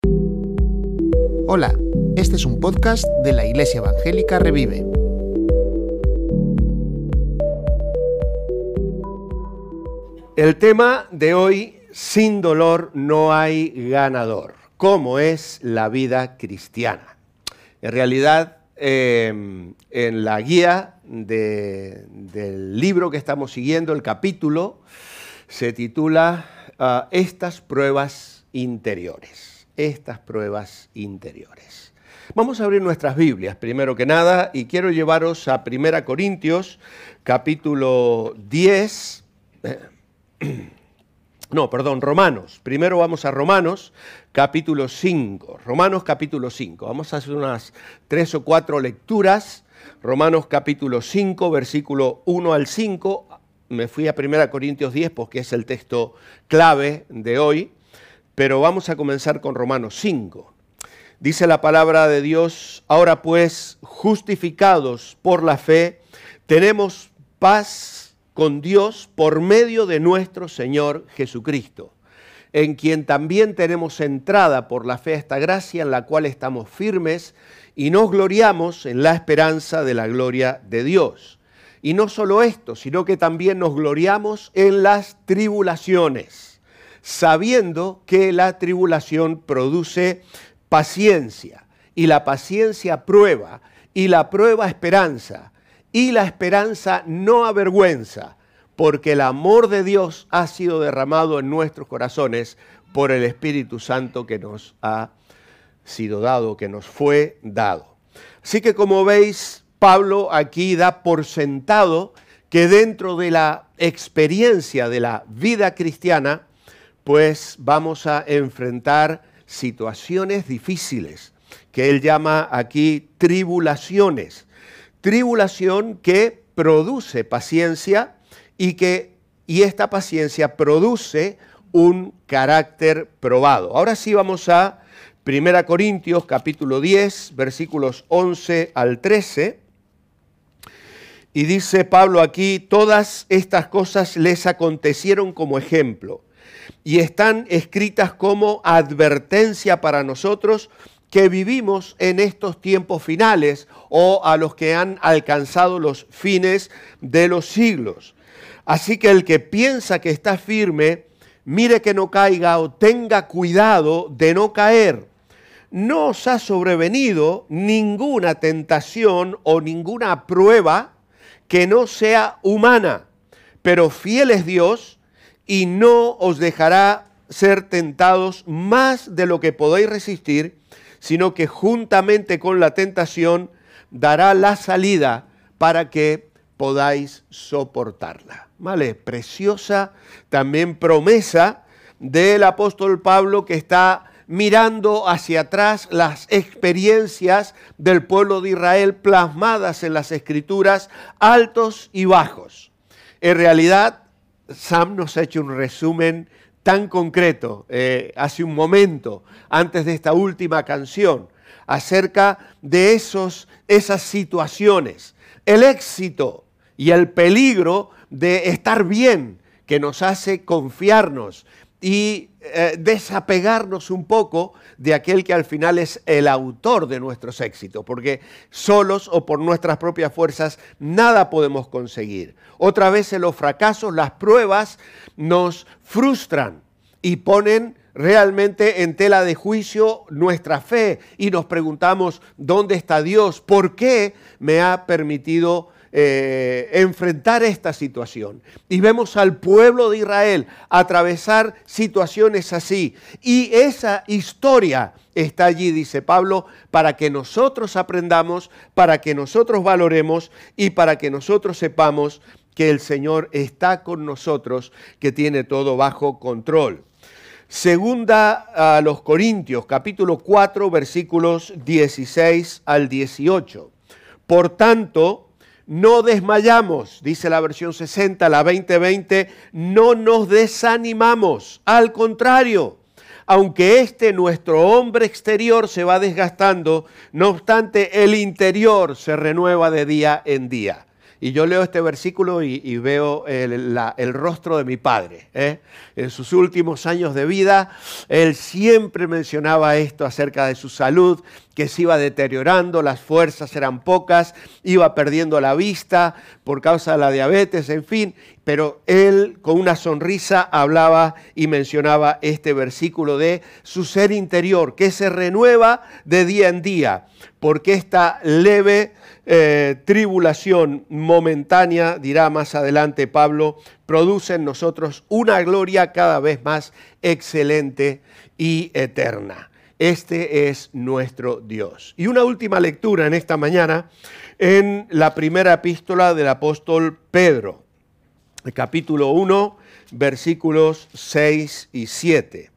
Hola, este es un podcast de la Iglesia Evangélica Revive. El tema de hoy, sin dolor no hay ganador. ¿Cómo es la vida cristiana? En realidad, en la guía del libro que estamos siguiendo, el capítulo, se titula Estas pruebas interiores. Estas pruebas interiores. Vamos a abrir nuestras Biblias, primero que nada, y quiero llevaros a 1 Corintios, capítulo 10... Romanos. Primero vamos a Romanos, capítulo 5. Romanos, capítulo 5. Vamos a hacer unas 3 o 4 lecturas. Romanos, capítulo 5, versículo 1 al 5. Me fui a 1 Corintios 10 porque es el texto clave de hoy. Pero vamos a comenzar con Romanos 5. Dice la palabra de Dios: ahora pues, justificados por la fe, tenemos paz con Dios por medio de nuestro Señor Jesucristo, en quien también tenemos entrada por la fe a esta gracia en la cual estamos firmes y nos gloriamos en la esperanza de la gloria de Dios. Y no solo esto, sino que también nos gloriamos en las tribulaciones, sabiendo que la tribulación produce paciencia, y la paciencia prueba, y la prueba esperanza, y la esperanza no avergüenza, porque el amor de Dios ha sido derramado en nuestros corazones por el Espíritu Santo que nos ha sido dado, que nos fue dado. Así que, como veis, Pablo aquí da por sentado que dentro de la experiencia de la vida cristiana, pues vamos a enfrentar situaciones difíciles, que él llama aquí tribulaciones. Tribulación que produce paciencia y esta paciencia produce un carácter probado. Ahora sí vamos a 1 Corintios capítulo 10, versículos 11 al 13. Y dice Pablo aquí: todas estas cosas les acontecieron como ejemplo y están escritas como advertencia para nosotros que vivimos en estos tiempos finales, o a los que han alcanzado los fines de los siglos. Así que el que piensa que está firme, mire que no caiga, o tenga cuidado de no caer. No os ha sobrevenido ninguna tentación o ninguna prueba que no sea humana, pero fiel es Dios y no os dejará ser tentados más de lo que podéis resistir, sino que juntamente con la tentación dará la salida para que podáis soportarla. ¿Vale? Preciosa también promesa del apóstol Pablo, que está mirando hacia atrás las experiencias del pueblo de Israel plasmadas en las Escrituras, altos y bajos. En realidad, Sam nos ha hecho un resumen tan concreto hace un momento, antes de esta última canción, acerca de esas situaciones, el éxito y el peligro de estar bien, que nos hace confiarnos y desapegarnos un poco de aquel que al final es el autor de nuestros éxitos, porque solos o por nuestras propias fuerzas nada podemos conseguir. Otra vez en los fracasos, las pruebas nos frustran y ponen realmente en tela de juicio nuestra fe y nos preguntamos: ¿dónde está Dios? ¿Por qué me ha permitido enfrentar esta situación? Y vemos al pueblo de Israel atravesar situaciones así, y esa historia está allí, dice Pablo, para que nosotros aprendamos, para que nosotros valoremos y para que nosotros sepamos que el Señor está con nosotros, que tiene todo bajo control. Segunda a los Corintios, capítulo 4, versículos 16 al 18. Por tanto, no desmayamos, dice la versión 60, la 2020, no nos desanimamos, al contrario, aunque nuestro hombre exterior se va desgastando, no obstante el interior se renueva de día en día. Y yo leo este versículo y veo el rostro de mi padre. En sus últimos años de vida, él siempre mencionaba esto acerca de su salud, que se iba deteriorando, las fuerzas eran pocas, iba perdiendo la vista por causa de la diabetes, en fin. Pero él con una sonrisa hablaba y mencionaba este versículo de su ser interior, que se renueva de día en día, porque esta leve tribulación momentánea, dirá más adelante Pablo, produce en nosotros una gloria cada vez más excelente y eterna. Este es nuestro Dios. Y una última lectura en esta mañana en la primera epístola del apóstol Pedro, el capítulo 1, versículos 6 y 7.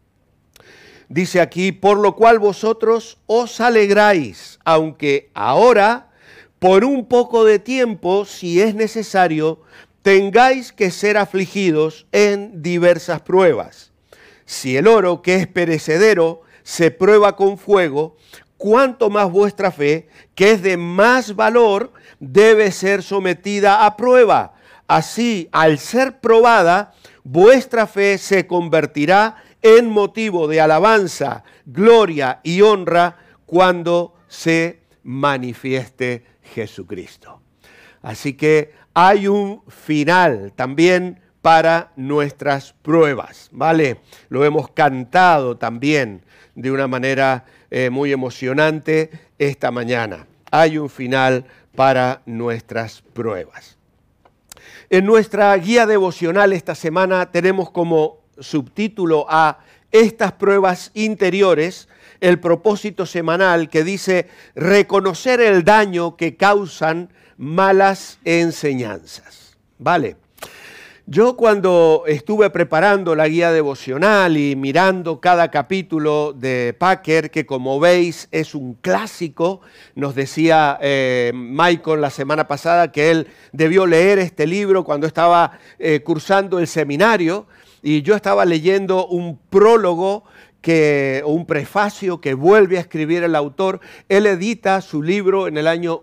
Dice aquí, por lo cual vosotros os alegráis, aunque ahora, por un poco de tiempo, si es necesario, tengáis que ser afligidos en diversas pruebas. Si el oro, que es perecedero, se prueba con fuego, cuánto más vuestra fe, que es de más valor, debe ser sometida a prueba. Así, al ser probada, vuestra fe se convertirá en motivo de alabanza, gloria y honra cuando se manifieste Jesucristo. Así que hay un final también para nuestras pruebas, ¿vale? Lo hemos cantado también de una manera muy emocionante esta mañana. Hay un final para nuestras pruebas. En nuestra guía devocional esta semana tenemos como subtítulo a estas pruebas interiores el propósito semanal que dice reconocer el daño que causan malas enseñanzas. ¿Vale? Yo cuando estuve preparando la guía devocional y mirando cada capítulo de Packer, que como veis es un clásico, nos decía Michael la semana pasada que él debió leer este libro cuando estaba cursando el seminario, y yo estaba leyendo un prólogo o un prefacio que vuelve a escribir el autor. Él edita su libro en el año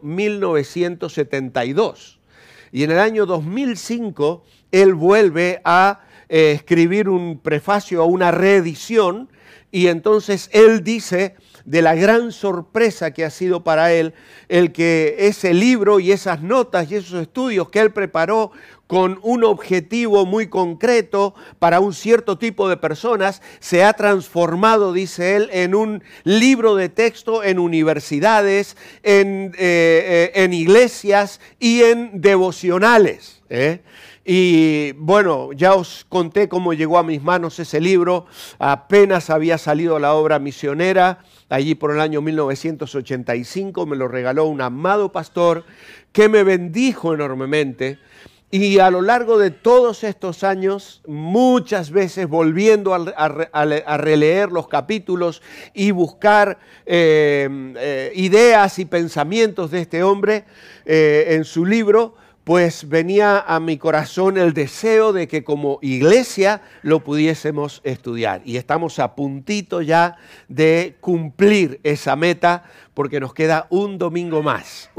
1972 y en el año 2005 él vuelve a escribir un prefacio a una reedición, y entonces él dice de la gran sorpresa que ha sido para él el que ese libro y esas notas y esos estudios que él preparó con un objetivo muy concreto para un cierto tipo de personas, se ha transformado, dice él, en un libro de texto en universidades, en iglesias y en devocionales. Y bueno, ya os conté cómo llegó a mis manos ese libro. Apenas había salido la obra misionera, allí por el año 1985, me lo regaló un amado pastor que me bendijo enormemente. Y a lo largo de todos estos años, muchas veces volviendo a releer los capítulos y buscar ideas y pensamientos de este hombre en su libro, pues venía a mi corazón el deseo de que como iglesia lo pudiésemos estudiar. Y estamos a puntito ya de cumplir esa meta, porque nos queda un domingo más,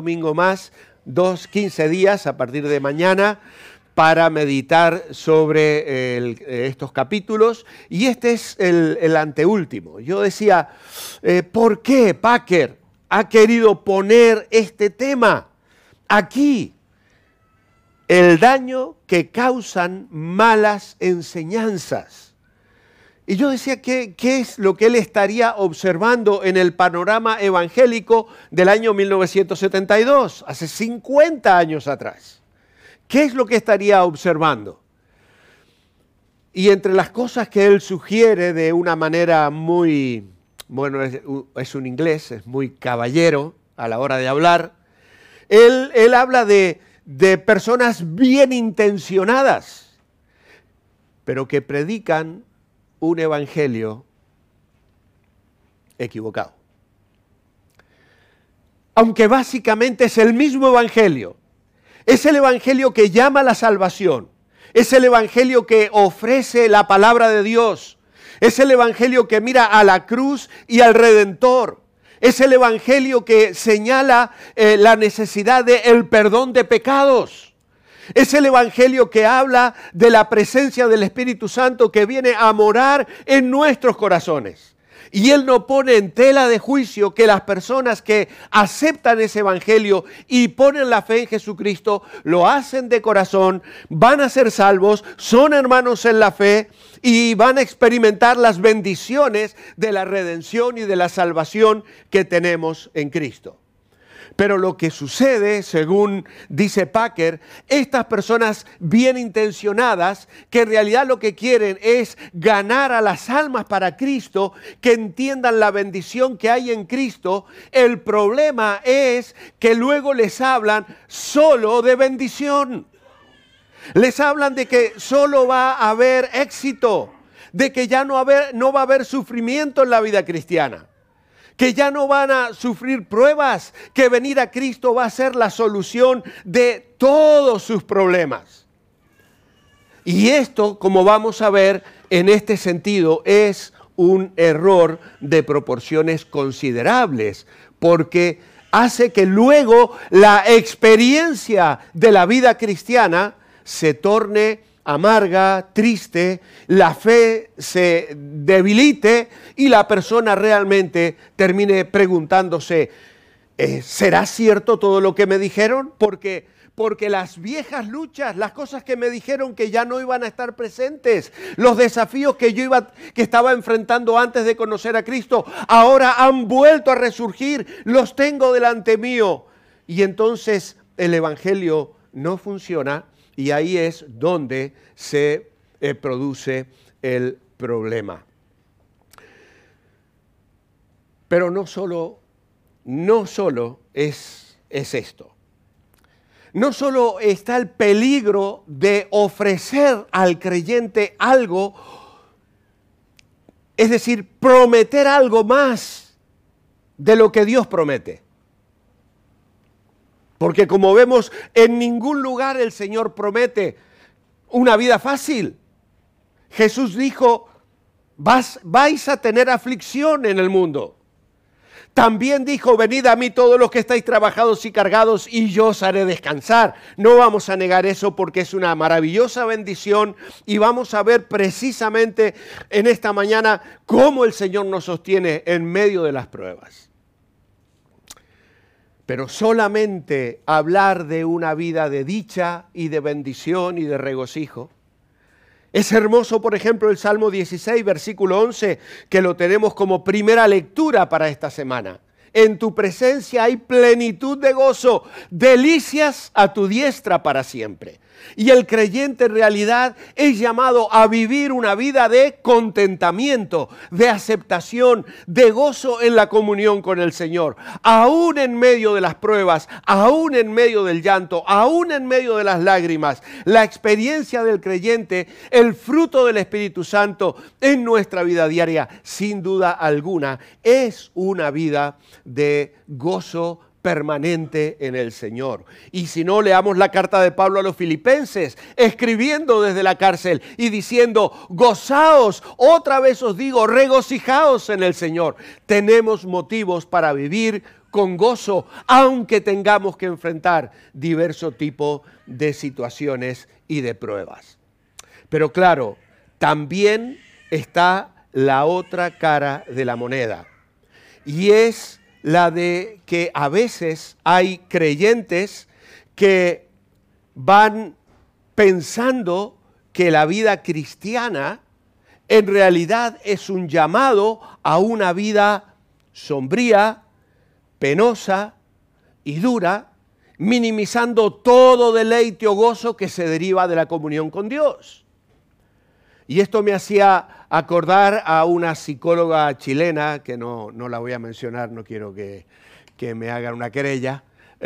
15 días a partir de mañana, para meditar sobre estos capítulos, y este es el anteúltimo. Yo decía, ¿por qué Packer ha querido poner este tema aquí? El daño que causan malas enseñanzas. Y yo decía, ¿qué es lo que él estaría observando en el panorama evangélico del año 1972, hace 50 años atrás? ¿Qué es lo que estaría observando? Y entre las cosas que él sugiere de una manera muy, bueno, es un inglés, es muy caballero a la hora de hablar, él habla de personas bien intencionadas, pero que predican un evangelio equivocado. Aunque básicamente es el mismo evangelio, es el evangelio que llama a la salvación, es el evangelio que ofrece la palabra de Dios, es el evangelio que mira a la cruz y al Redentor, Es el evangelio que señala la necesidad del perdón de pecados. Es el evangelio que habla de la presencia del Espíritu Santo que viene a morar en nuestros corazones. Y Él no pone en tela de juicio que las personas que aceptan ese evangelio y ponen la fe en Jesucristo, lo hacen de corazón, van a ser salvos, son hermanos en la fe y van a experimentar las bendiciones de la redención y de la salvación que tenemos en Cristo. Pero lo que sucede, según dice Packer, estas personas bien intencionadas, que en realidad lo que quieren es ganar a las almas para Cristo, que entiendan la bendición que hay en Cristo, el problema es que luego les hablan solo de bendición. Les hablan de que solo va a haber éxito, de que ya no va a haber sufrimiento en la vida cristiana, que ya no van a sufrir pruebas, que venir a Cristo va a ser la solución de todos sus problemas. Y esto, como vamos a ver en este sentido, es un error de proporciones considerables, porque hace que luego la experiencia de la vida cristiana se torne amarga, triste, la fe se debilite y la persona realmente termine preguntándose, ¿será cierto todo lo que me dijeron? Porque las viejas luchas, las cosas que me dijeron que ya no iban a estar presentes, los desafíos que que estaba enfrentando antes de conocer a Cristo, ahora han vuelto a resurgir, los tengo delante mío. Y entonces el evangelio no funciona. Y ahí es donde se produce el problema. Pero no solo es esto. No solo está el peligro de ofrecer al creyente algo, es decir, prometer algo más de lo que Dios promete. Porque como vemos, en ningún lugar el Señor promete una vida fácil. Jesús dijo, vais a tener aflicción en el mundo. También dijo, venid a mí todos los que estáis trabajados y cargados y yo os haré descansar. No vamos a negar eso porque es una maravillosa bendición y vamos a ver precisamente en esta mañana cómo el Señor nos sostiene en medio de las pruebas. Pero solamente hablar de una vida de dicha y de bendición y de regocijo. Es hermoso, por ejemplo, el Salmo 16, versículo 11, que lo tenemos como primera lectura para esta semana. En tu presencia hay plenitud de gozo, delicias a tu diestra para siempre. Y el creyente en realidad es llamado a vivir una vida de contentamiento, de aceptación, de gozo en la comunión con el Señor. Aún en medio de las pruebas, aún en medio del llanto, aún en medio de las lágrimas, la experiencia del creyente, el fruto del Espíritu Santo en nuestra vida diaria, sin duda alguna, es una vida de gozo permanente en el Señor. Y si no, leamos la carta de Pablo a los Filipenses, escribiendo desde la cárcel y diciendo, gozaos, otra vez os digo, regocijaos en el Señor. Tenemos motivos para vivir con gozo, aunque tengamos que enfrentar diverso tipo de situaciones y de pruebas. Pero claro, también está la otra cara de la moneda, y es la de que a veces hay creyentes que van pensando que la vida cristiana en realidad es un llamado a una vida sombría, penosa y dura, minimizando todo deleite o gozo que se deriva de la comunión con Dios. Y esto me hacía acordar a una psicóloga chilena, que no la voy a mencionar, no quiero que me hagan una querella,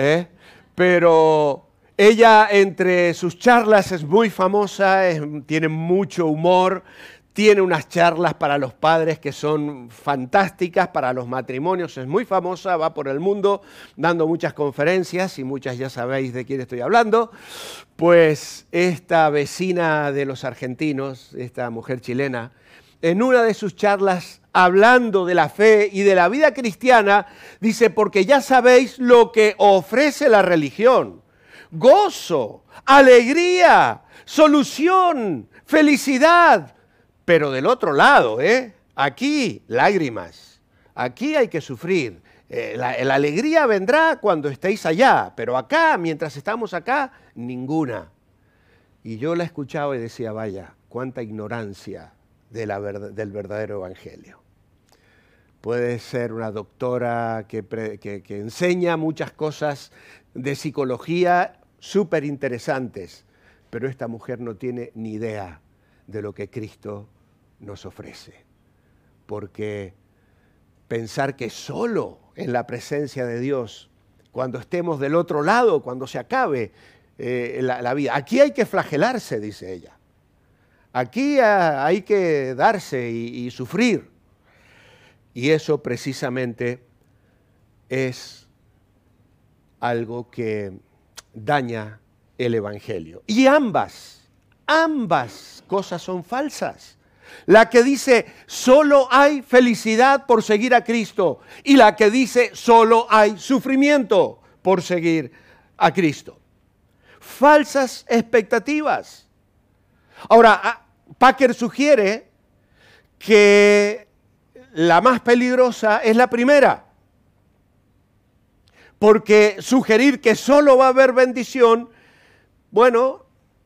pero ella entre sus charlas es muy famosa, tiene mucho humor, tiene unas charlas para los padres que son fantásticas, para los matrimonios es muy famosa, va por el mundo dando muchas conferencias y muchas ya sabéis de quién estoy hablando. Pues esta vecina de los argentinos, esta mujer chilena, en una de sus charlas hablando de la fe y de la vida cristiana, dice, porque ya sabéis lo que ofrece la religión. Gozo, alegría, solución, felicidad. Pero del otro lado, aquí lágrimas, aquí hay que sufrir. La alegría vendrá cuando estéis allá, pero acá, mientras estamos acá, ninguna. Y yo la escuchaba y decía, vaya, cuánta ignorancia del verdadero evangelio. Puede ser una doctora que enseña muchas cosas de psicología súper interesantes, pero esta mujer no tiene ni idea de lo que Cristo nos ofrece. Porque pensar que solo en la presencia de Dios, cuando estemos del otro lado, cuando se acabe la vida, aquí hay que flagelarse, dice ella. Aquí hay que darse y sufrir. Y eso precisamente es algo que daña el evangelio. Y ambas cosas son falsas. La que dice solo hay felicidad por seguir a Cristo y la que dice solo hay sufrimiento por seguir a Cristo. Falsas expectativas. Ahora, Packer sugiere que la más peligrosa es la primera, porque sugerir que solo va a haber bendición, bueno,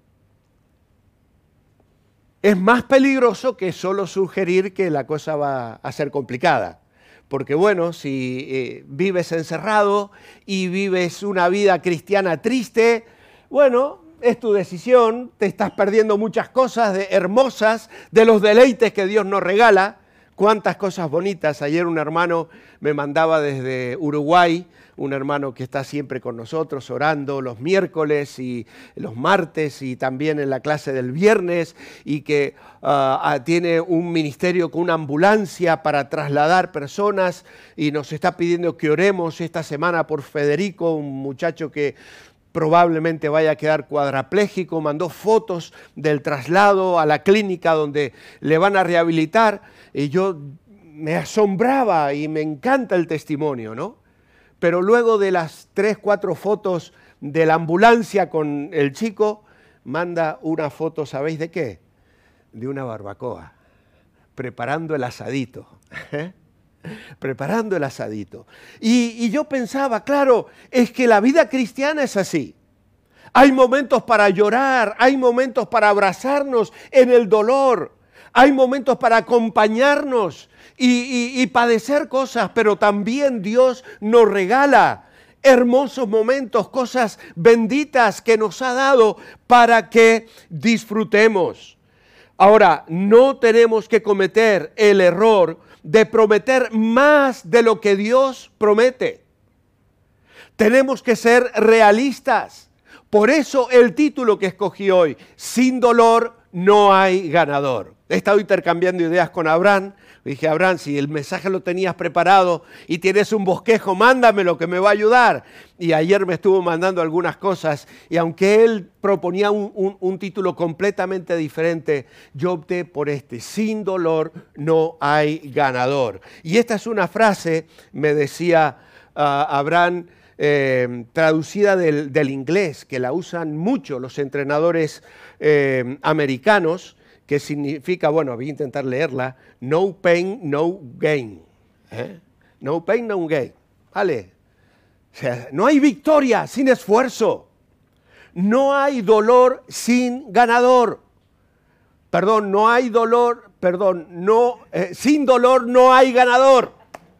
es más peligroso que solo sugerir que la cosa va a ser complicada. Porque bueno, si vives encerrado y vives una vida cristiana triste, bueno, es tu decisión, te estás perdiendo muchas cosas hermosas de los deleites que Dios nos regala. Cuántas cosas bonitas. Ayer un hermano me mandaba desde Uruguay, un hermano que está siempre con nosotros orando los miércoles y los martes y también en la clase del viernes y que tiene un ministerio con una ambulancia para trasladar personas y nos está pidiendo que oremos esta semana por Federico, un muchacho que probablemente vaya a quedar cuadrapléjico, mandó fotos del traslado a la clínica donde le van a rehabilitar y yo me asombraba y me encanta el testimonio, ¿no? Pero luego de las 3, 4 fotos de la ambulancia con el chico, manda una foto, ¿sabéis de qué? De una barbacoa, preparando el asadito, preparando el asadito. Y yo pensaba, claro, es que la vida cristiana es así. Hay momentos para llorar, hay momentos para abrazarnos en el dolor, hay momentos para acompañarnos y padecer cosas, pero también Dios nos regala hermosos momentos, cosas benditas que nos ha dado para que disfrutemos. Ahora, no tenemos que cometer el error de prometer más de lo que Dios promete. Tenemos que ser realistas. Por eso el título que escogí hoy, Sin dolor no hay ganador. He estado intercambiando ideas con Abraham. Dije, Abraham, si el mensaje lo tenías preparado y tienes un bosquejo, mándamelo que me va a ayudar. Y ayer me estuvo mandando algunas cosas y aunque él proponía un título completamente diferente, yo opté por este, Sin dolor no hay ganador. Y esta es una frase, me decía Abraham, traducida del inglés, que la usan mucho los entrenadores americanos, que significa, bueno, voy a intentar leerla, no pain, no gain. No pain, no gain. ¿Vale? O sea, no hay victoria sin esfuerzo. No hay dolor sin ganador. Perdón, no hay dolor, perdón, no, sin dolor no hay ganador.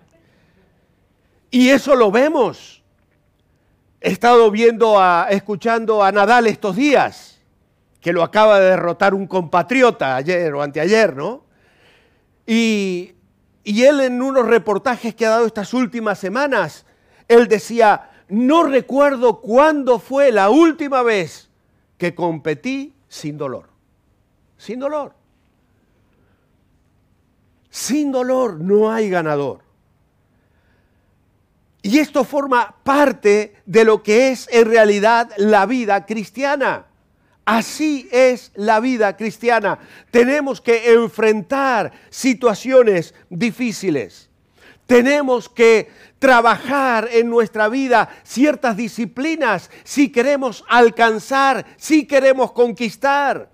Y eso lo vemos. He estado escuchando a Nadal estos días, que lo acaba de derrotar un compatriota ayer o anteayer, ¿no? Y él en unos reportajes que ha dado estas últimas semanas, él decía, no recuerdo cuándo fue la última vez que competí sin dolor. Sin dolor. Sin dolor no hay ganador. Y esto forma parte de lo que es en realidad la vida cristiana. Así es la vida cristiana. Tenemos que enfrentar situaciones difíciles. Tenemos que trabajar en nuestra vida ciertas disciplinas si queremos alcanzar, si queremos conquistar.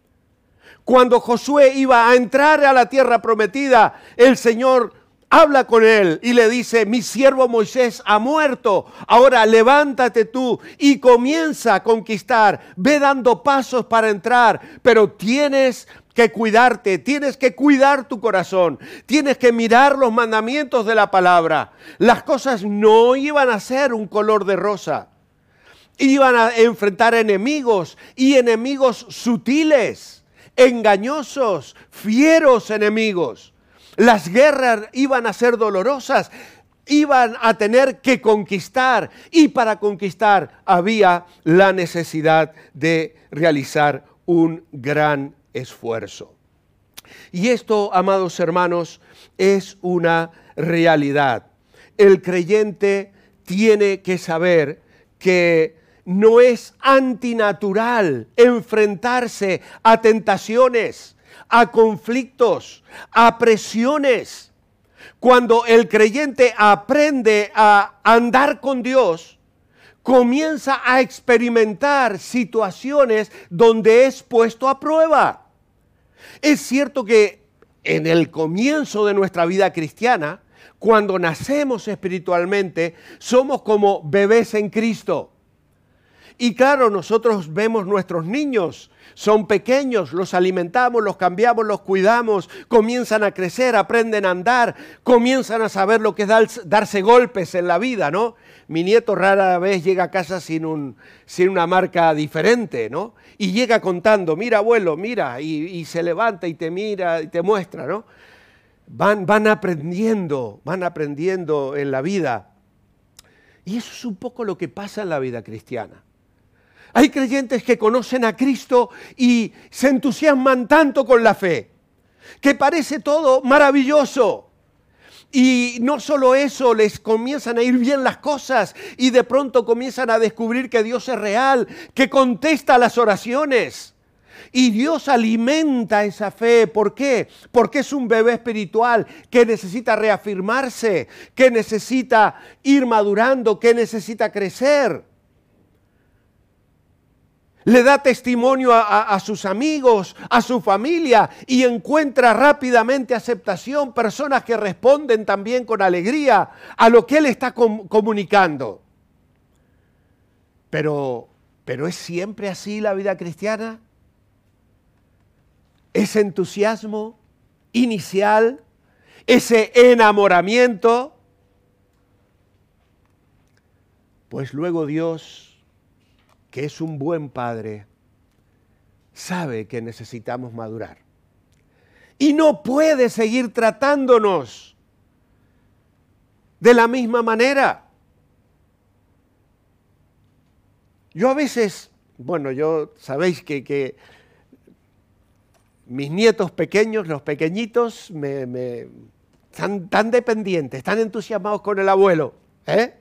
Cuando Josué iba a entrar a la tierra prometida, el Señor habla con él y le dice: mi siervo Moisés ha muerto, ahora levántate tú y comienza a conquistar. Ve dando pasos para entrar, pero tienes que cuidarte, tienes que cuidar tu corazón, tienes que mirar los mandamientos de la palabra. Las cosas no iban a ser un color de rosa, iban a enfrentar enemigos y enemigos sutiles, engañosos, fieros enemigos. Las guerras iban a ser dolorosas, iban a tener que conquistar, y para conquistar había la necesidad de realizar un gran esfuerzo. Y esto, amados hermanos, es una realidad. El creyente tiene que saber que no es antinatural enfrentarse a tentaciones, a conflictos, a presiones. Cuando el creyente aprende a andar con Dios, comienza a experimentar situaciones donde es puesto a prueba. Es cierto que en el comienzo de nuestra vida cristiana, cuando nacemos espiritualmente, somos como bebés en Cristo. Y claro, nosotros vemos nuestros niños, son pequeños, los alimentamos, los cambiamos, los cuidamos, comienzan a crecer, aprenden a andar, comienzan a saber lo que es darse golpes en la vida, ¿no? Mi nieto rara vez llega a casa sin una marca diferente, ¿no? Y llega contando: mira abuelo, mira, y se levanta y te mira y te muestra, ¿no? Van aprendiendo en la vida. Y eso es un poco lo que pasa en la vida cristiana. Hay creyentes que conocen a Cristo y se entusiasman tanto con la fe, que parece todo maravilloso. Y no solo eso, les comienzan a ir bien las cosas y de pronto comienzan a descubrir que Dios es real, que contesta las oraciones. Y Dios alimenta esa fe. ¿Por qué? Porque es un bebé espiritual que necesita reafirmarse, que necesita ir madurando, que necesita crecer. Le da testimonio a sus amigos, a su familia, y encuentra rápidamente aceptación, personas que responden también con alegría a lo que él está comunicando. Pero ¿es siempre así la vida cristiana? Ese entusiasmo inicial, ese enamoramiento, pues luego Dios, que es un buen padre, sabe que necesitamos madurar. Y no puede seguir tratándonos de la misma manera. Yo a veces, sabéis que mis nietos pequeños, los pequeñitos, están tan dependientes, tan entusiasmados con el abuelo, ¿eh?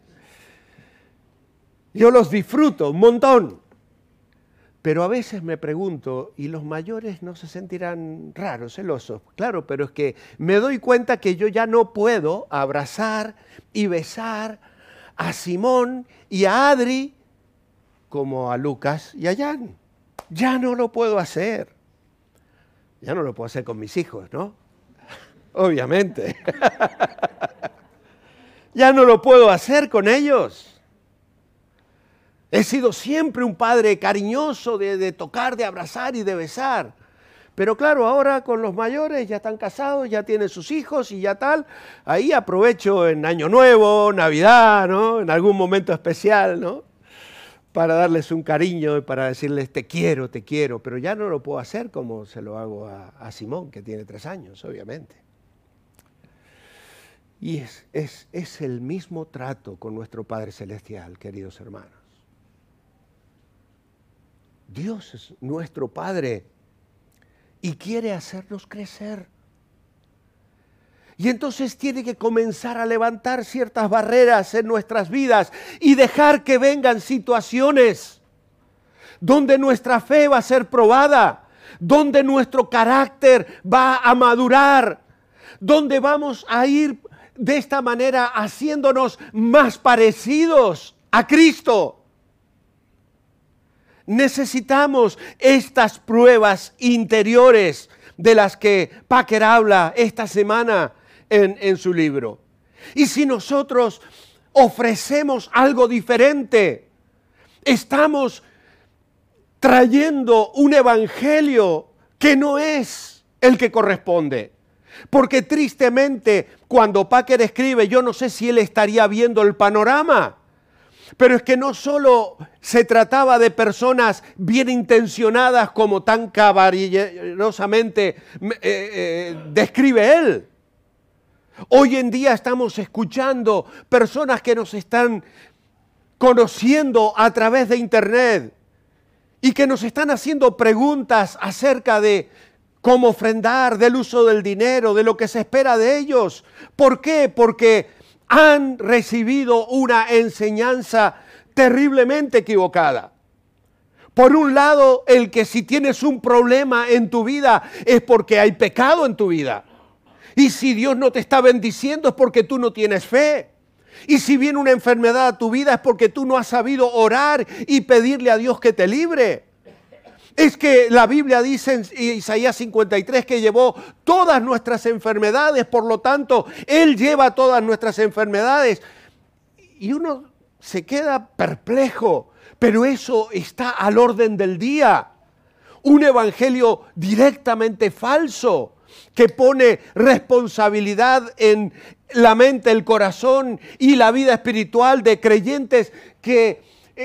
Yo los disfruto un montón, pero a veces me pregunto, ¿y los mayores no se sentirán raros, celosos? Claro, pero es que me doy cuenta que yo ya no puedo abrazar y besar a Simón y a Adri como a Lucas y a Jan. Ya no lo puedo hacer. Ya no lo puedo hacer con mis hijos, ¿no? Obviamente. Ya no lo puedo hacer con ellos. He sido siempre un padre cariñoso de tocar, de abrazar y de besar. Pero claro, ahora con los mayores ya están casados, ya tienen sus hijos y ya tal. Ahí aprovecho en Año Nuevo, Navidad, ¿no? En algún momento especial, ¿no? Para darles un cariño y para decirles te quiero, pero ya no lo puedo hacer como se lo hago a Simón, que tiene 3 años, obviamente. Y es el mismo trato con nuestro Padre Celestial, queridos hermanos. Dios es nuestro Padre y quiere hacernos crecer. Y entonces tiene que comenzar a levantar ciertas barreras en nuestras vidas y dejar que vengan situaciones donde nuestra fe va a ser probada, donde nuestro carácter va a madurar, donde vamos a ir de esta manera haciéndonos más parecidos a Cristo. Necesitamos estas pruebas interiores de las que Packer habla esta semana en su libro. Y si nosotros ofrecemos algo diferente, estamos trayendo un evangelio que no es el que corresponde. Porque tristemente, cuando Packer escribe, yo no sé si él estaría viendo el panorama, pero es que no solo se trataba de personas bien intencionadas como tan caballerosamente describe él. Hoy en día estamos escuchando personas que nos están conociendo a través de internet y que nos están haciendo preguntas acerca de cómo ofrendar, del uso del dinero, de lo que se espera de ellos. ¿Por qué? Porque han recibido una enseñanza terriblemente equivocada. Por un lado, el que si tienes un problema en tu vida es porque hay pecado en tu vida. Y si Dios no te está bendiciendo es porque tú no tienes fe. Y si viene una enfermedad a tu vida es porque tú no has sabido orar y pedirle a Dios que te libre. Es que la Biblia dice en Isaías 53 que llevó todas nuestras enfermedades, por lo tanto, Él lleva todas nuestras enfermedades. Y uno se queda perplejo, pero eso está al orden del día. Un evangelio directamente falso que pone responsabilidad en la mente, el corazón y la vida espiritual de creyentes que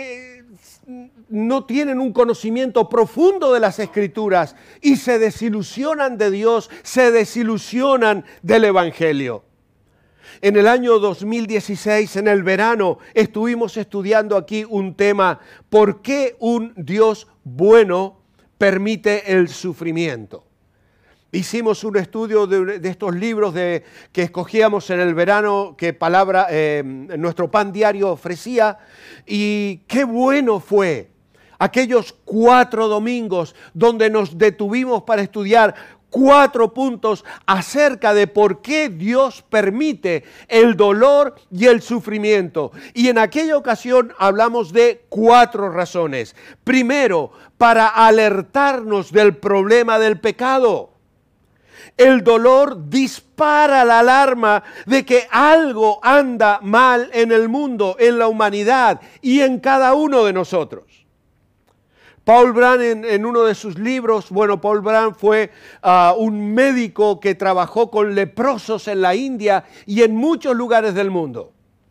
no tienen un conocimiento profundo de las Escrituras y se desilusionan de Dios, se desilusionan del Evangelio. En el año 2016, en el verano, estuvimos estudiando aquí un tema: ¿por qué un Dios bueno permite el sufrimiento? Hicimos un estudio de estos libros que escogíamos en el verano, que nuestro pan diario ofrecía, y qué bueno fue aquellos 4 domingos donde nos detuvimos para estudiar 4 puntos acerca de por qué Dios permite el dolor y el sufrimiento. Y en aquella ocasión hablamos de 4 razones. Primero, para alertarnos del problema del pecado. El dolor dispara la alarma de que algo anda mal en el mundo, en la humanidad y en cada uno de nosotros. Paul Brand en uno de sus libros, Paul Brand fue un médico que trabajó con leprosos en la India y en muchos lugares del mundo.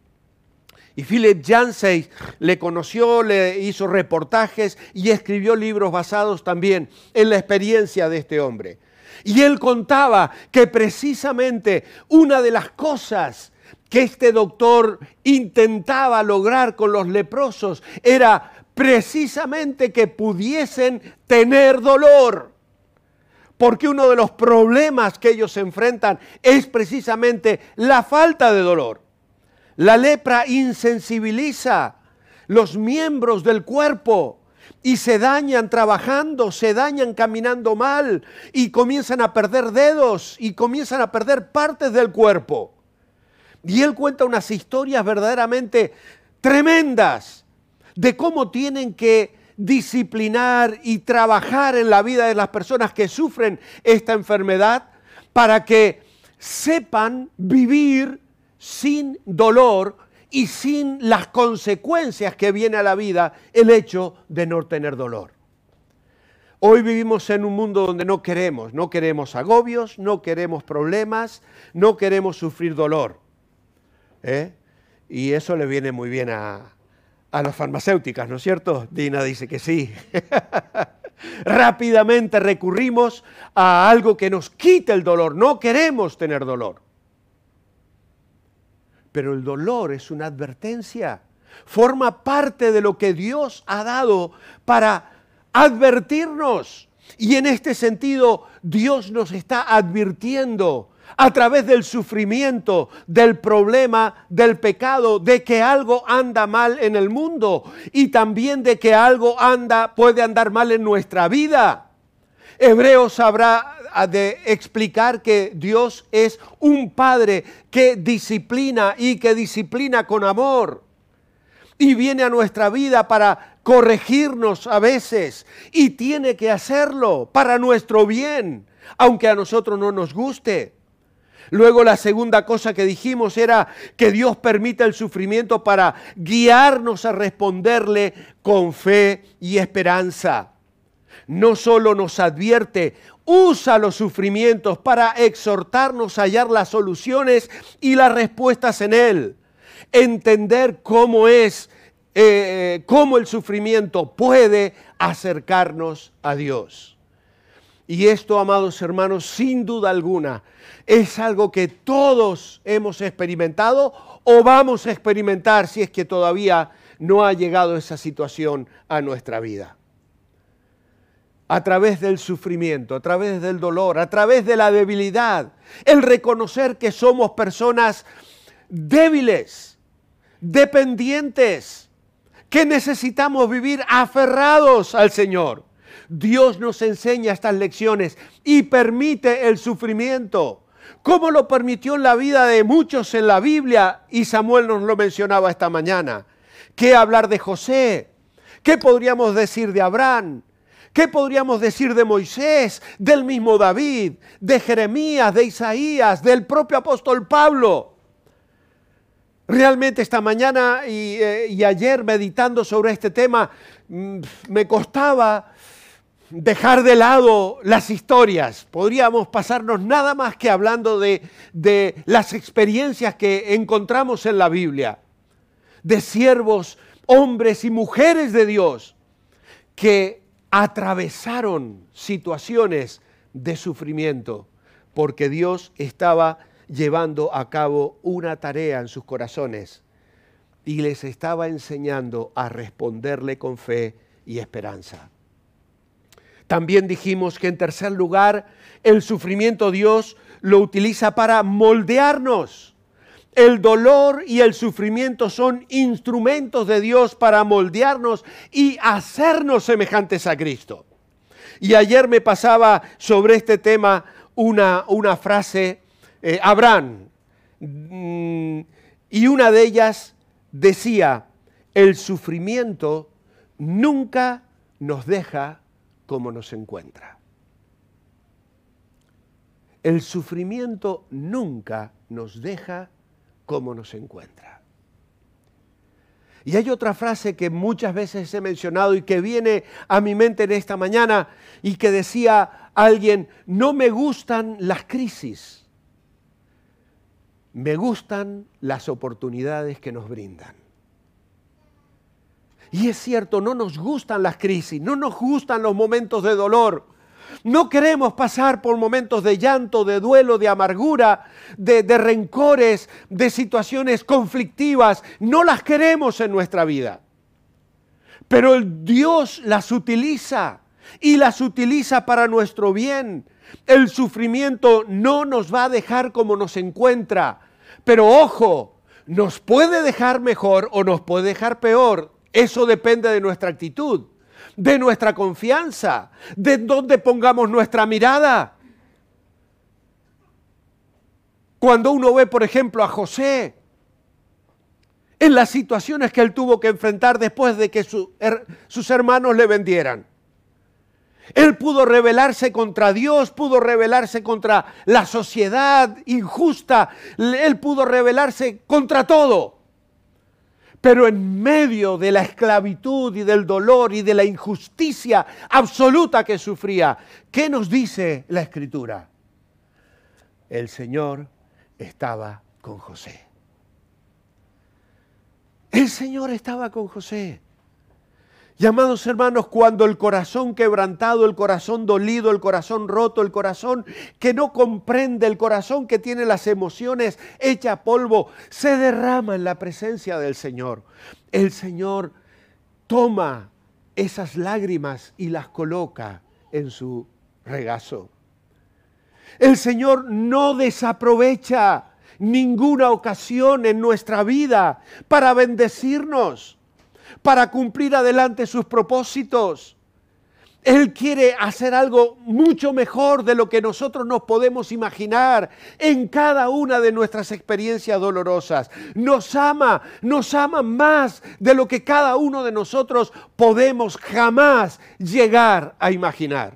Y Philip Yancey le conoció, le hizo reportajes y escribió libros basados también en la experiencia de este hombre. Y él contaba que precisamente una de las cosas que este doctor intentaba lograr con los leprosos era precisamente que pudiesen tener dolor. Porque uno de los problemas que ellos enfrentan es precisamente la falta de dolor. La lepra insensibiliza los miembros del cuerpo y se dañan trabajando, se dañan caminando mal y comienzan a perder dedos y comienzan a perder partes del cuerpo. Y él cuenta unas historias verdaderamente tremendas de cómo tienen que disciplinar y trabajar en la vida de las personas que sufren esta enfermedad para que sepan vivir sin dolor y sin las consecuencias que viene a la vida el hecho de no tener dolor. Hoy vivimos en un mundo donde no queremos agobios, no queremos problemas, no queremos sufrir dolor. Y eso le viene muy bien a las farmacéuticas, ¿no es cierto? Dina dice que sí. Rápidamente recurrimos a algo que nos quite el dolor, no queremos tener dolor. Pero el dolor es una advertencia, forma parte de lo que Dios ha dado para advertirnos. Y en este sentido, Dios nos está advirtiendo a través del sufrimiento, del problema, del pecado, de que algo anda mal en el mundo y también de que algo puede andar mal en nuestra vida. Hebreos habrá de explicar que Dios es un Padre que disciplina y que disciplina con amor. Y viene a nuestra vida para corregirnos a veces y tiene que hacerlo para nuestro bien, aunque a nosotros no nos guste. Luego la segunda cosa que dijimos era que Dios permite el sufrimiento para guiarnos a responderle con fe y esperanza. No solo nos advierte, usa los sufrimientos para exhortarnos a hallar las soluciones y las respuestas en Él. Entender cómo el sufrimiento puede acercarnos a Dios. Y esto, amados hermanos, sin duda alguna, es algo que todos hemos experimentado o vamos a experimentar si es que todavía no ha llegado esa situación a nuestra vida. A través del sufrimiento, a través del dolor, a través de la debilidad, el reconocer que somos personas débiles, dependientes, que necesitamos vivir aferrados al Señor. Dios nos enseña estas lecciones y permite el sufrimiento, como lo permitió en la vida de muchos en la Biblia, y Samuel nos lo mencionaba esta mañana. ¿Qué hablar de José? ¿Qué podríamos decir de Abraham? ¿Qué podríamos decir de Moisés, del mismo David, de Jeremías, de Isaías, del propio apóstol Pablo? Realmente esta mañana y ayer meditando sobre este tema, me costaba dejar de lado las historias. Podríamos pasarnos nada más que hablando de las experiencias que encontramos en la Biblia, de siervos, hombres y mujeres de Dios que atravesaron situaciones de sufrimiento porque Dios estaba llevando a cabo una tarea en sus corazones y les estaba enseñando a responderle con fe y esperanza. También dijimos que en tercer lugar, el sufrimiento Dios lo utiliza para moldearnos. El dolor y el sufrimiento son instrumentos de Dios para moldearnos y hacernos semejantes a Cristo. Y ayer me pasaba sobre este tema una frase, Abraham, y una de ellas decía, el sufrimiento nunca nos deja como nos encuentra. El sufrimiento nunca nos deja como nos encuentra. Y hay otra frase que muchas veces he mencionado y que viene a mi mente en esta mañana y que decía alguien, no me gustan las crisis, me gustan las oportunidades que nos brindan. Y es cierto, no nos gustan las crisis, no nos gustan los momentos de dolor. No queremos pasar por momentos de llanto, de duelo, de amargura, de rencores, de situaciones conflictivas. No las queremos en nuestra vida. Pero Dios las utiliza y las utiliza para nuestro bien. El sufrimiento no nos va a dejar como nos encuentra. Pero ojo, nos puede dejar mejor o nos puede dejar peor. Eso depende de nuestra actitud, de nuestra confianza, de dónde pongamos nuestra mirada. Cuando uno ve, por ejemplo, a José, en las situaciones que él tuvo que enfrentar después de que sus hermanos le vendieran. Él pudo rebelarse contra Dios, pudo rebelarse contra la sociedad injusta, él pudo rebelarse contra todo. Pero en medio de la esclavitud y del dolor y de la injusticia absoluta que sufría, ¿qué nos dice la Escritura? El Señor estaba con José. El Señor estaba con José. Y amados hermanos, cuando el corazón quebrantado, el corazón dolido, el corazón roto, el corazón que no comprende, el corazón que tiene las emociones hecha polvo, se derrama en la presencia del Señor. El Señor toma esas lágrimas y las coloca en su regazo. El Señor no desaprovecha ninguna ocasión en nuestra vida para bendecirnos, para cumplir adelante sus propósitos. Él quiere hacer algo mucho mejor de lo que nosotros nos podemos imaginar en cada una de nuestras experiencias dolorosas. Nos ama más de lo que cada uno de nosotros podemos jamás llegar a imaginar.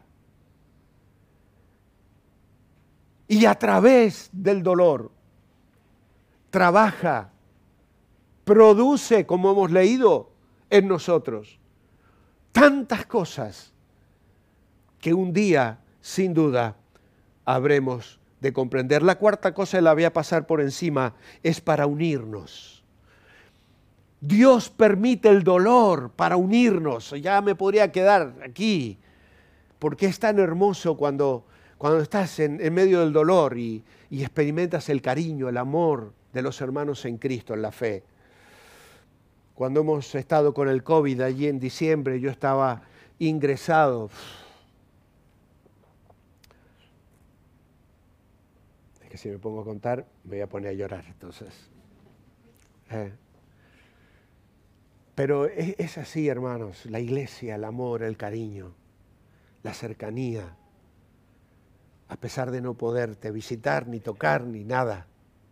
Y a través del dolor trabaja, produce, como hemos leído, en nosotros tantas cosas que un día, sin duda, habremos de comprender. La cuarta cosa, la voy a pasar por encima, es para unirnos. Dios permite el dolor para unirnos. Ya me podría quedar aquí, porque es tan hermoso cuando estás en medio del dolor y experimentas el cariño, el amor de los hermanos en Cristo, en la fe. Cuando hemos estado con el COVID allí en diciembre, yo estaba ingresado. Es que si me pongo a contar, me voy a poner a llorar, entonces. Pero es así, hermanos, la iglesia, el amor, el cariño, la cercanía, a pesar de no poderte visitar, ni tocar, ni nada.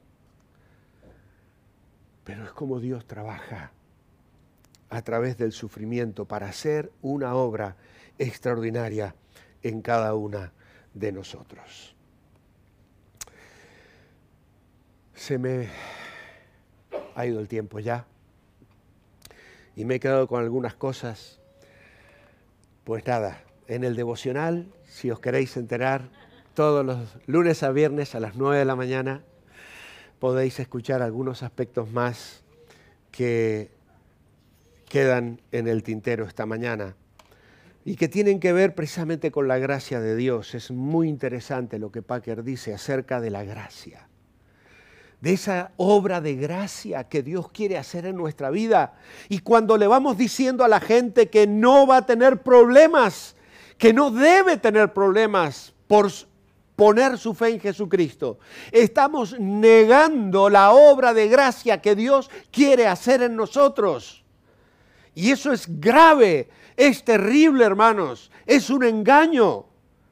Pero es como Dios trabaja a través del sufrimiento para hacer una obra extraordinaria en cada una de nosotros. Se me ha ido el tiempo ya y me he quedado con algunas cosas. Pues nada, en el devocional, si os queréis enterar, todos los lunes a viernes a las 9 de la mañana, podéis escuchar algunos aspectos más que quedan en el tintero esta mañana y que tienen que ver precisamente con la gracia de Dios. Es muy interesante lo que Packer dice acerca de la gracia, de esa obra de gracia que Dios quiere hacer en nuestra vida. Y cuando le vamos diciendo a la gente que no va a tener problemas, que no debe tener problemas por poner su fe en Jesucristo, estamos negando la obra de gracia que Dios quiere hacer en nosotros. Y eso es grave, es terrible, hermanos, es un engaño.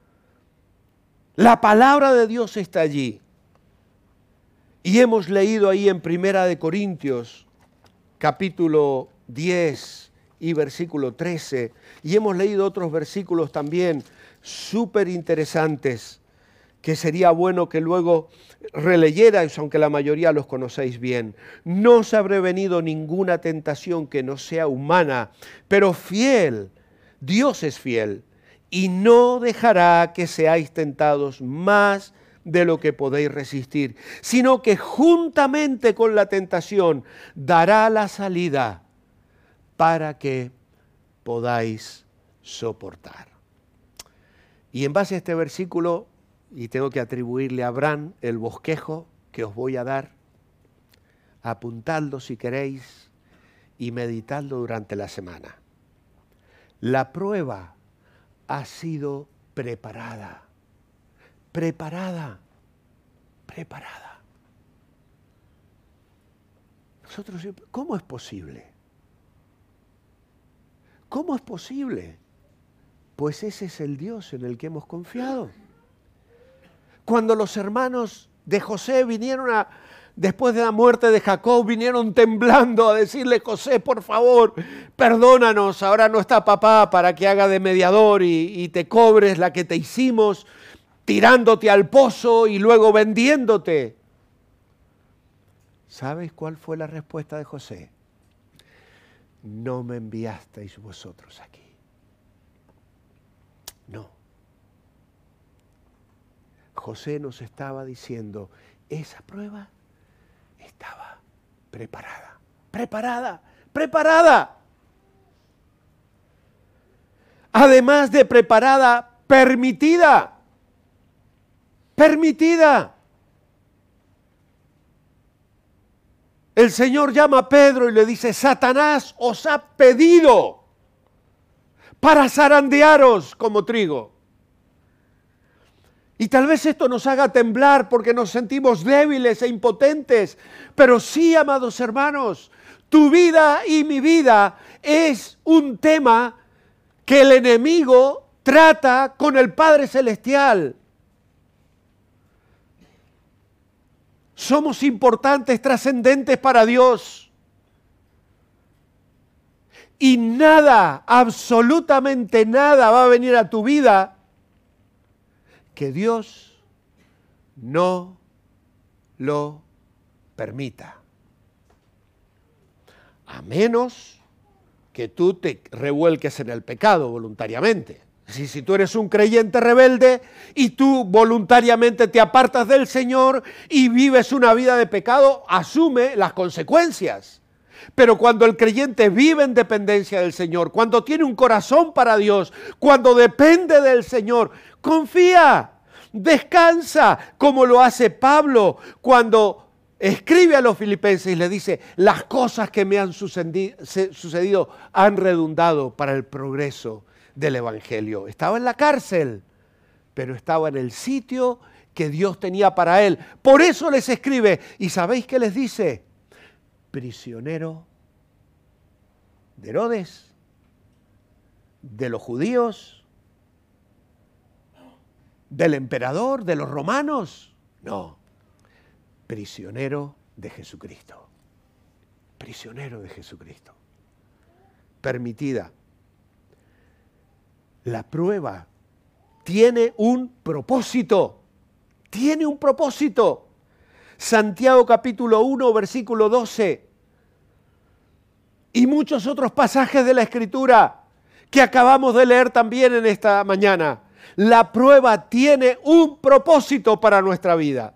La palabra de Dios está allí. Y hemos leído ahí en Primera de Corintios, capítulo 10 y versículo 13, y hemos leído otros versículos también súper interesantes, que sería bueno que luego releyerais, aunque la mayoría los conocéis bien. No os habrá venido ninguna tentación que no sea humana, pero fiel, Dios es fiel, y no dejará que seáis tentados más de lo que podéis resistir, sino que juntamente con la tentación dará la salida para que podáis soportar. Y en base a este versículo, y tengo que atribuirle a Abraham el bosquejo que os voy a dar, apuntadlo si queréis y meditadlo durante la semana. La prueba ha sido preparada. Nosotros, ¿cómo es posible? ¿Cómo es posible? Pues ese es el Dios en el que hemos confiado. Cuando los hermanos de José vinieron después de la muerte de Jacob, vinieron temblando a decirle: José, por favor, perdónanos, ahora no está papá para que haga de mediador y te cobres la que te hicimos, tirándote al pozo y luego vendiéndote. ¿Sabes cuál fue la respuesta de José? No me enviasteis vosotros aquí. No. José nos estaba diciendo, esa prueba estaba preparada. Además de preparada, permitida. El Señor llama a Pedro y le dice: Satanás os ha pedido para zarandearos como trigo. Y tal vez esto nos haga temblar porque nos sentimos débiles e impotentes. Pero sí, amados hermanos, tu vida y mi vida es un tema que el enemigo trata con el Padre Celestial. Somos importantes, trascendentes para Dios. Y nada, absolutamente nada va a venir a tu vida que Dios no lo permita. A menos que tú te revuelques en el pecado voluntariamente. Si tú eres un creyente rebelde y tú voluntariamente te apartas del Señor y vives una vida de pecado, asume las consecuencias. Pero cuando el creyente vive en dependencia del Señor, cuando tiene un corazón para Dios, cuando depende del Señor, confía, descansa, como lo hace Pablo cuando escribe a los filipenses y le dice: las cosas que me han sucedido han redundado para el progreso del Evangelio. Estaba en la cárcel, pero estaba en el sitio que Dios tenía para él. Por eso les escribe. ¿Y sabéis qué les dice? Prisionero de Herodes, de los judíos, del emperador, de los romanos. No, prisionero de Jesucristo. Prisionero de Jesucristo. Permitida. La prueba tiene un propósito. Tiene un propósito. Santiago capítulo 1, versículo 12. Y muchos otros pasajes de la Escritura que acabamos de leer también en esta mañana. La prueba tiene un propósito para nuestra vida.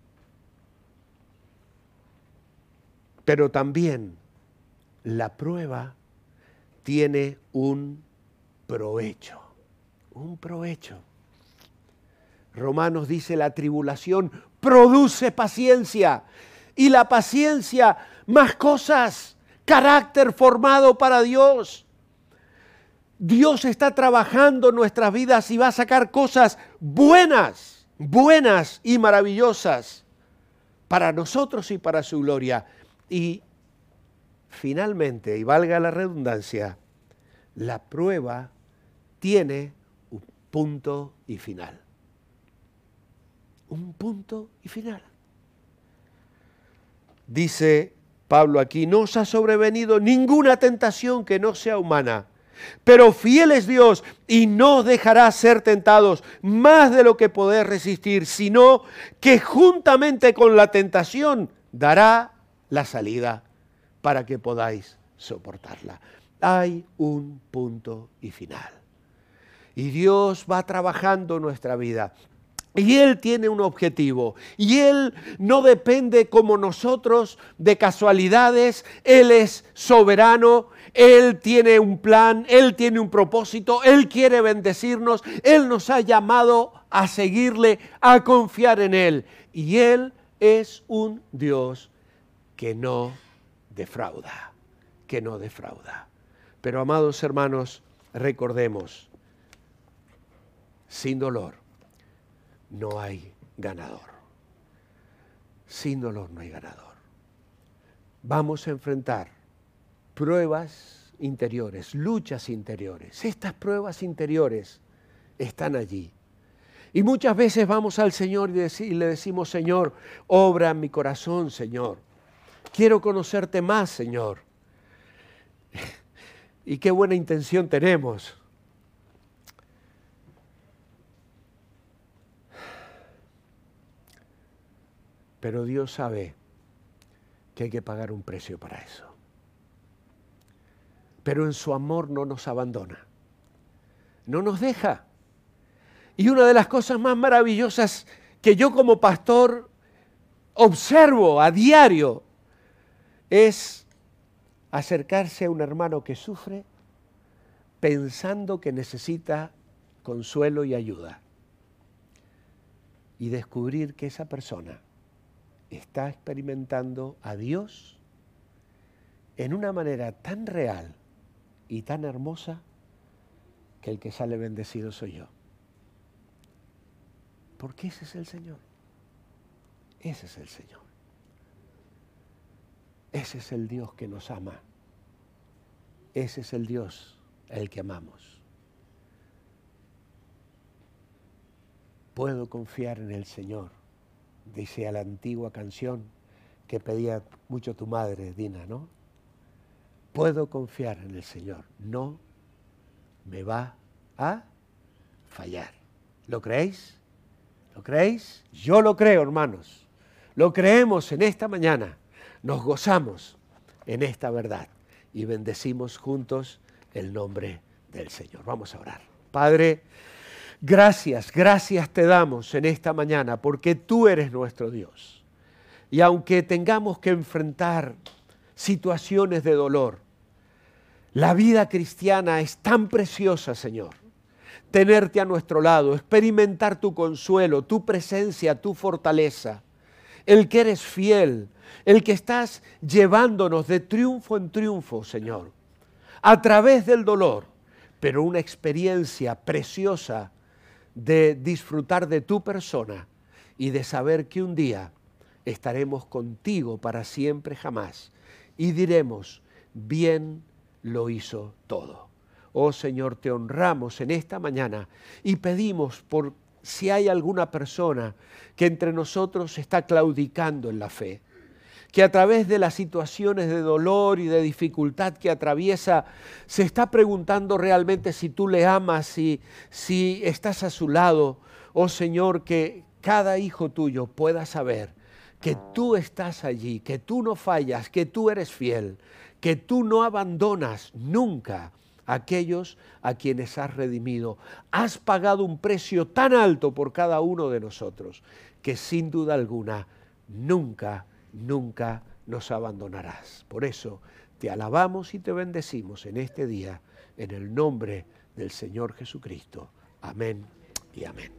Pero también la prueba tiene un provecho. Un provecho. Romanos dice: la tribulación produce paciencia. Y la paciencia, más cosas, carácter formado para Dios. Dios está trabajando en nuestras vidas y va a sacar cosas buenas, buenas y maravillosas para nosotros y para su gloria. Y finalmente, y valga la redundancia, la prueba tiene un punto y final. Un punto y final. Dice Pablo aquí: no os ha sobrevenido ninguna tentación que no sea humana, pero fiel es Dios y no os dejará ser tentados más de lo que podéis resistir, sino que juntamente con la tentación dará la salida para que podáis soportarla. Hay un punto y final. Y Dios va trabajando en nuestra vida. Y Él tiene un objetivo. Y Él no depende como nosotros de casualidades. Él es soberano. Él tiene un plan. Él tiene un propósito. Él quiere bendecirnos. Él nos ha llamado a seguirle, a confiar en Él. Y Él es un Dios que no defrauda. Que no defrauda. Pero, amados hermanos, recordemos: sin dolor no hay ganador. Sin dolor no hay ganador. Vamos a enfrentar pruebas interiores, luchas interiores. Estas pruebas interiores están allí. Y muchas veces vamos al Señor y le decimos: Señor, obra en mi corazón, Señor. Quiero conocerte más, Señor. Y qué buena intención tenemos. Pero Dios sabe que hay que pagar un precio para eso. Pero en su amor no nos abandona. No nos deja. Y una de las cosas más maravillosas que yo como pastor observo a diario es acercarse a un hermano que sufre pensando que necesita consuelo y ayuda. Y descubrir que esa persona está experimentando a Dios en una manera tan real y tan hermosa que el que sale bendecido soy yo. Porque ese es el Señor. Ese es el Señor. Ese es el Dios que nos ama. Ese es el Dios al que amamos. Puedo confiar en el Señor, dice la antigua canción que pedía mucho tu madre, Dina, ¿no? Puedo confiar en el Señor, no me va a fallar. ¿Lo creéis? ¿Lo creéis? Yo lo creo, hermanos. Lo creemos en esta mañana. Nos gozamos en esta verdad y bendecimos juntos el nombre del Señor. Vamos a orar. Padre, gracias te damos en esta mañana porque tú eres nuestro Dios. Y aunque tengamos que enfrentar situaciones de dolor, la vida cristiana es tan preciosa, Señor. Tenerte a nuestro lado, experimentar tu consuelo, tu presencia, tu fortaleza, el que eres fiel, el que estás llevándonos de triunfo en triunfo, Señor, a través del dolor, pero una experiencia preciosa de disfrutar de tu persona y de saber que un día estaremos contigo para siempre jamás y diremos, bien lo hizo todo. Oh Señor, te honramos en esta mañana y pedimos por si hay alguna persona que entre nosotros está claudicando en la fe, que a través de las situaciones de dolor y de dificultad que atraviesa, se está preguntando realmente si tú le amas, si estás a su lado. Oh Señor, que cada hijo tuyo pueda saber que tú estás allí, que tú no fallas, que tú eres fiel, que tú no abandonas nunca a aquellos a quienes has redimido. Has pagado un precio tan alto por cada uno de nosotros que sin duda alguna nunca nos abandonarás. Por eso te alabamos y te bendecimos en este día, en el nombre del Señor Jesucristo. Amén y amén.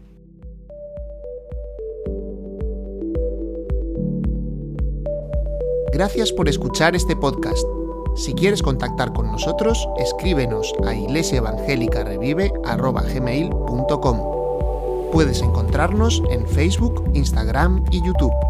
Gracias por escuchar este podcast. Si quieres contactar con nosotros, escríbenos a iglesiaevangelicarevive@gmail.com. Puedes encontrarnos en Facebook, Instagram y YouTube.